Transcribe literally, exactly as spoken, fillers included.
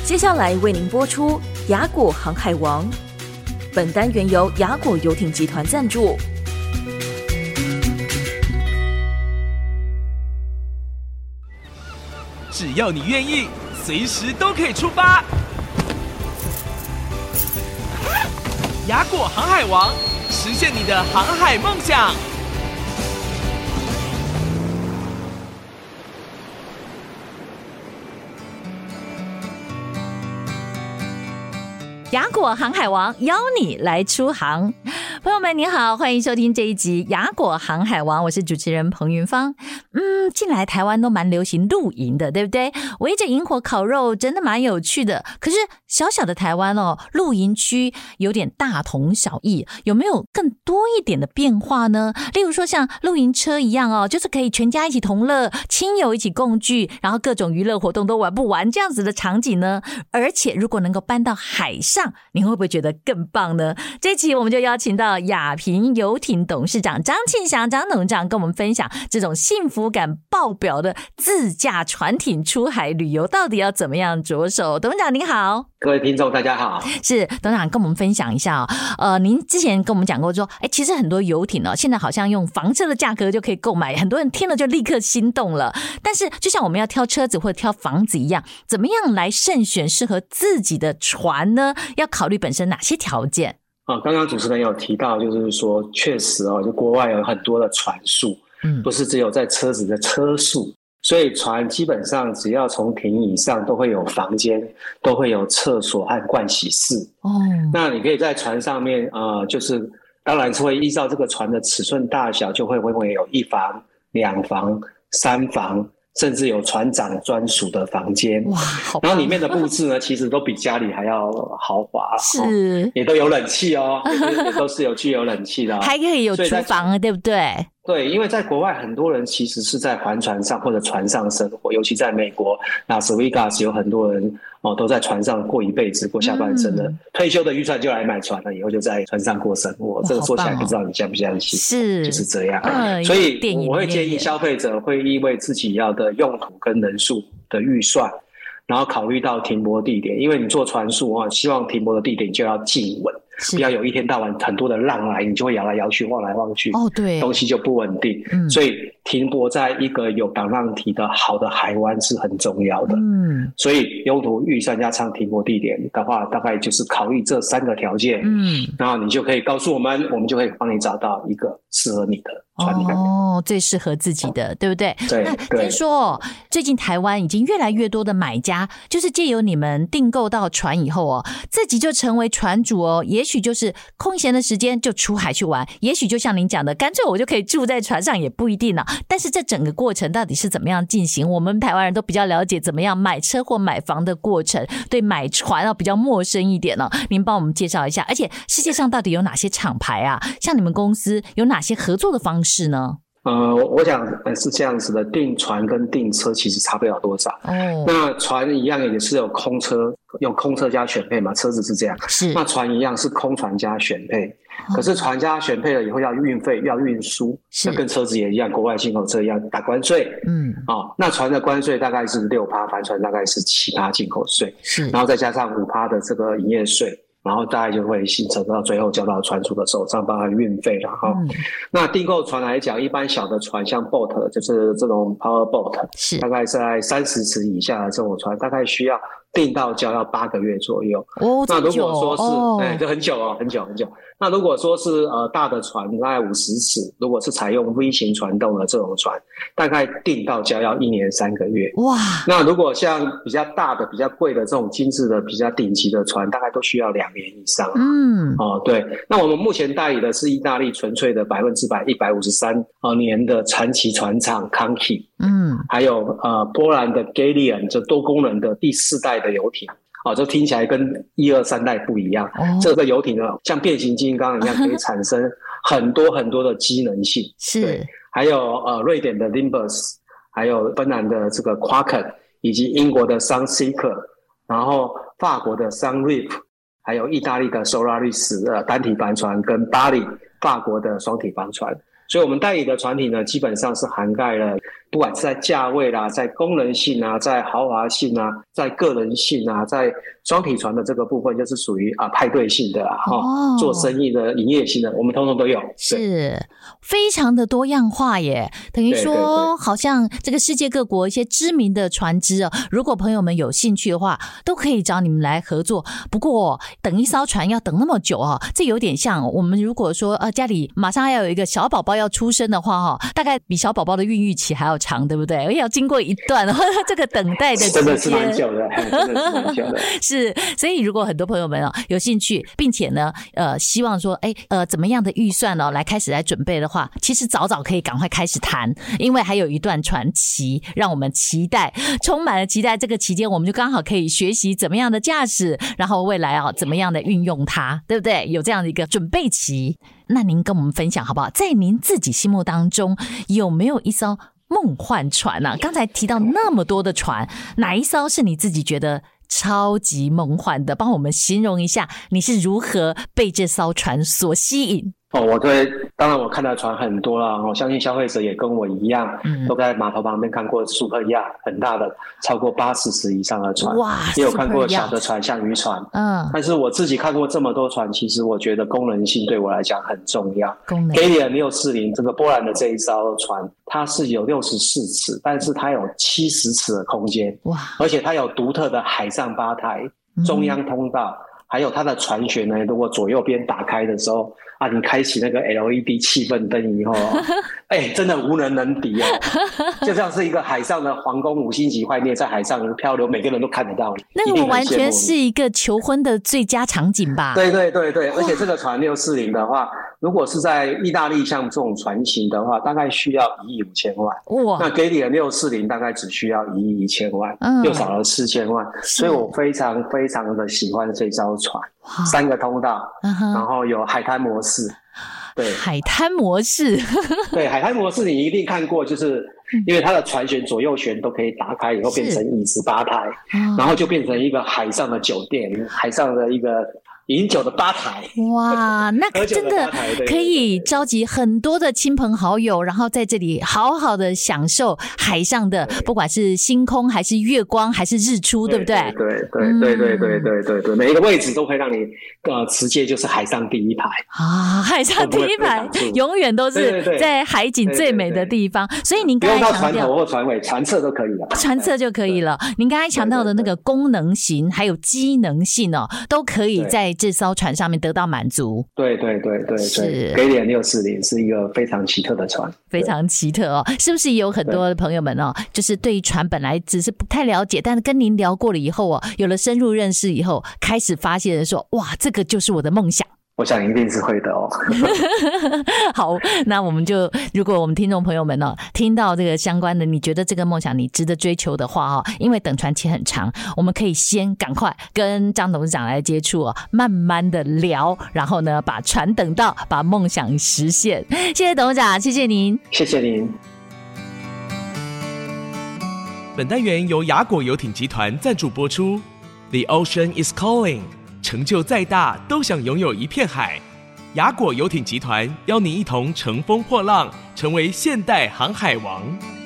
接下来为您播出雅果航海王，本单元由雅果游艇集团赞助。 只要你愿意，随时都可以出发。雅果航海王，实现你的航海梦想。 雅果航海王邀你来出航。朋友们您好，欢迎收听这一集雅果航海王，我是主持人彭云芳。嗯，近来台湾都蛮流行露营的，对不对？围着萤火烤肉真的蛮有趣的。可是小小的台湾哦，露营区有点大同小异，有没有更多一点的变化呢？例如说像露营车一样哦，就是可以全家一起同乐，亲友一起共聚，然后各种娱乐活动都玩不完这样子的场景呢？而且如果能够搬到海上，您会不会觉得更棒呢？这期我们就邀请到亚平游艇董事长张庆祥张董事长跟我们分享这种幸福感爆表的自驾船艇出海旅游到底要怎么样着手。董事长您好。 各位听众大家好。 是董事长跟我们分享一下哦，呃，您之前跟我们讲过说，哎，其实很多游艇哦，现在好像用房车的价格就可以购买，很多人听了就立刻心动了。但是就像我们要挑车子或者挑房子一样，怎么样来慎选适合自己的船呢？要考虑本身哪些条件？ 啊，刚刚主持人有提到，就是说确实哦，就国外有很多的船数，嗯，不是只有在车子的车数，所以船基本上只要从艇以上都会有房间，都会有厕所和盥洗室。哦，那你可以在船上面呃，就是当然是会依照这个船的尺寸大小，就会会有一房、两房、三房。甚至有船长专属的房间，哇，然后里面的布置呢，其实都比家里还要豪华，是、哦，也都有冷气哦，也都是有具有冷气的、哦， 还可以有厨房，对不对？ 对，因为在国外很多人其实是在帆船上或者船上生活，尤其在美国拉斯维加斯有很多人哦都在船上过一辈子，过下半生的、嗯、退休的预算就来买船了，以后就在船上过生活。这个说起来不知道你相不相信？是，就是这样。嗯、所以我会建议消费者会因为自己要的用途跟人数的预算，然后考虑到停泊地点，因为你做船速啊，希望停泊的地点就要静稳。不要有一天到晚很多的浪来，你就会摇来摇去晃来晃去，哦，对，东西就不稳定、嗯、所以停泊在一个有挡浪堤的好的海湾是很重要的。嗯，所以用途预算加上停泊地点的话，大概就是考虑这三个条件，嗯，然后你就可以告诉我们，我们就可以帮你找到一个适合你的船体。 哦，最适合自己的，对不对？ 对。 那听说最近台湾已经越来越多的买家，就是借由你们订购到船以后哦，自己就成为船主哦，也许就是空闲的时间就出海去玩，也许就像您讲的，干脆我就可以住在船上，也不一定啊。但是这整个过程到底是怎么样进行，我们台湾人都比较了解怎么样买车或买房的过程，对买船啊比较陌生一点哦。您帮我们介绍一下，而且世界上到底有哪些厂牌啊？像你们公司有哪些合作的方式呢？ 呃，我想是这样子的，订船跟订车其实差不了多少。哦，那船一样也是有空车，用空车加选配嘛，车子是这样。是，那船一样是空船加选配，哦、可是船加选配了以后要运费，要运输，那跟车子也一样，国外进口车一样打关税。嗯，哦，那船的关税大概是 百分之六， 帆船大概是 百分之七 进口税，是，然后再加上 百分之五 的这个营业税。然后大概就会形成到最后交到船主的手上，包含运费了哈、嗯。那订购船来讲，一般小的船像 boat 就是这种 power boat， 是大概在三十尺以下的这种船，大概需要订到交要八个月左右。哦，那如果说是，哎、哦，就很久哦，很久很久。那如果说是呃大的船，大概五十尺，如果是采用 V 型传动的这种船，大概订到交要一年三个月。哇！那如果像比较大的、比较贵的这种精致的、比较顶级的船，大概都需要两年以上。嗯，哦，对。那我们目前代理的是意大利纯粹的百分之百一百五十三年的传奇船厂 Conchi， 嗯，还有呃波兰的 Galeon， 这多功能的第四代的游艇。哦，这听起来跟一二三代不一样。哦、这个游艇呢，像变形金刚一样，可以产生很多很多的机能性。是，还有呃瑞典的 Limbus， 还有芬兰的这个 Kraken， 以及英国的 Sunseeker， 然后法国的 Sunreef， 还有意大利的 Solaris 呃单体帆船跟巴黎法国的双体帆船。所以我们代理的船体呢，基本上是涵盖了不管是在价位啦，在功能性啊，在豪华性啊，在个人性啊，在双体船的这个部分，就是属于啊派对性的啦，哦，做生意的、营业性的，我们通通都有， 是非常的多样化耶。等于说，对对对，好像这个世界各国一些知名的船只哦，如果朋友们有兴趣的话，都可以找你们来合作。不过，等一艘船要等那么久哦，这有点像我们如果说呃家里马上要有一个小宝宝要出生的话哈，大概比小宝宝的孕育期还要长，对不对？而且要经过一段这个等待的期间， 真的是蛮久的，真的是蛮久的。 是，所以如果很多朋友们哦有兴趣，并且呢呃希望说哎呃怎么样的预算哦来开始来准备的话，其实早早可以赶快开始谈，因为还有一段传奇让我们期待，充满了期待。这个期间我们就刚好可以学习怎么样的驾驶，然后未来啊怎么样的运用它，对不对？有这样的一个准备期。那您跟我们分享好不好？在您自己心目当中有没有一艘梦幻船啊？刚才提到那么多的船，哪一艘是你自己觉得超级梦幻的？帮我们形容一下，你是如何被这艘船所吸引？ 哦，我对，当然我看到船很多啦，我相信消费者也跟我一样，嗯，都在码头旁边看过 Super Yacht 很大的，超过八十尺以上的船，哇，也有看过小的船，像渔船，嗯，但是我自己看过这么多船，其实我觉得功能性对我来讲很重要。 功能 Galeon 六四零这个波兰的这一艘船，它是有六十四尺，但是它有七十尺的空间，哇，而且它有独特的海上吧台、中央通道，嗯，还有它的船舷呢，如果左右边打开的时候啊，你开启那个 L E D 气氛灯以后，哎、欸，真的无人能敌哦，就像是一个海上的皇宫五星级饭店在海上漂流，每个人都看得到你。 那个完全是一个求婚的最佳场景吧？ 对对对对，而且这个船六四零的话，如果是在意大利像这种船型的话，大概需要一亿五千万。哇，那 Galeon 六四零大概只需要一亿一千万，嗯，又少了四千万，所以我非常非常的喜欢这艘船。三个通道，嗯，然后有海滩模式，对， 海滩模式， 对，海滩模式你一定看过，就是因为它的船舷左右舷都可以打开以后变成椅子吧台，然后就变成一个海上的酒店，海上的一个饮酒的吧台。 哇，那真的可以召集很多的亲朋好友，然后在这里好好的享受海上的，不管是星空还是月光还是日出，对不对？ 对对对对对对对对，每一个位置都会让你呃直接就是海上第一排啊，海上第一排永远都是在海景最美的地方。所以您刚才强调， 不用到船头或船尾，船侧都可以了， 船侧就可以了。您刚才强调的那个功能型还有机能性哦，都可以在这艘船上面得到满足。 对对对对对 Galeon 六四零是一个非常奇特的船， 非常奇特哦。是不是也有很多的朋友们哦，就是对船本来只是不太了解，但是跟您聊过了以后哦，有了深入认识以后，开始发现说，哇，这个就是我的梦想。 我想一定是会的哦。 好，那我们就，如果我们听众朋友们哦，听到这个相关的，你觉得这个梦想你值得追求的话哦，因为等船期很长，我们可以先赶快跟张董事长来接触哦，慢慢的聊，然后呢，把船等到，把梦想实现。谢谢董事长，谢谢您， 谢谢您。 本单元由雅果游艇集团赞助播出。The ocean is calling。成就再大，都想拥有一片海。雅果游艇集团邀您一同乘风破浪，成为现代航海王。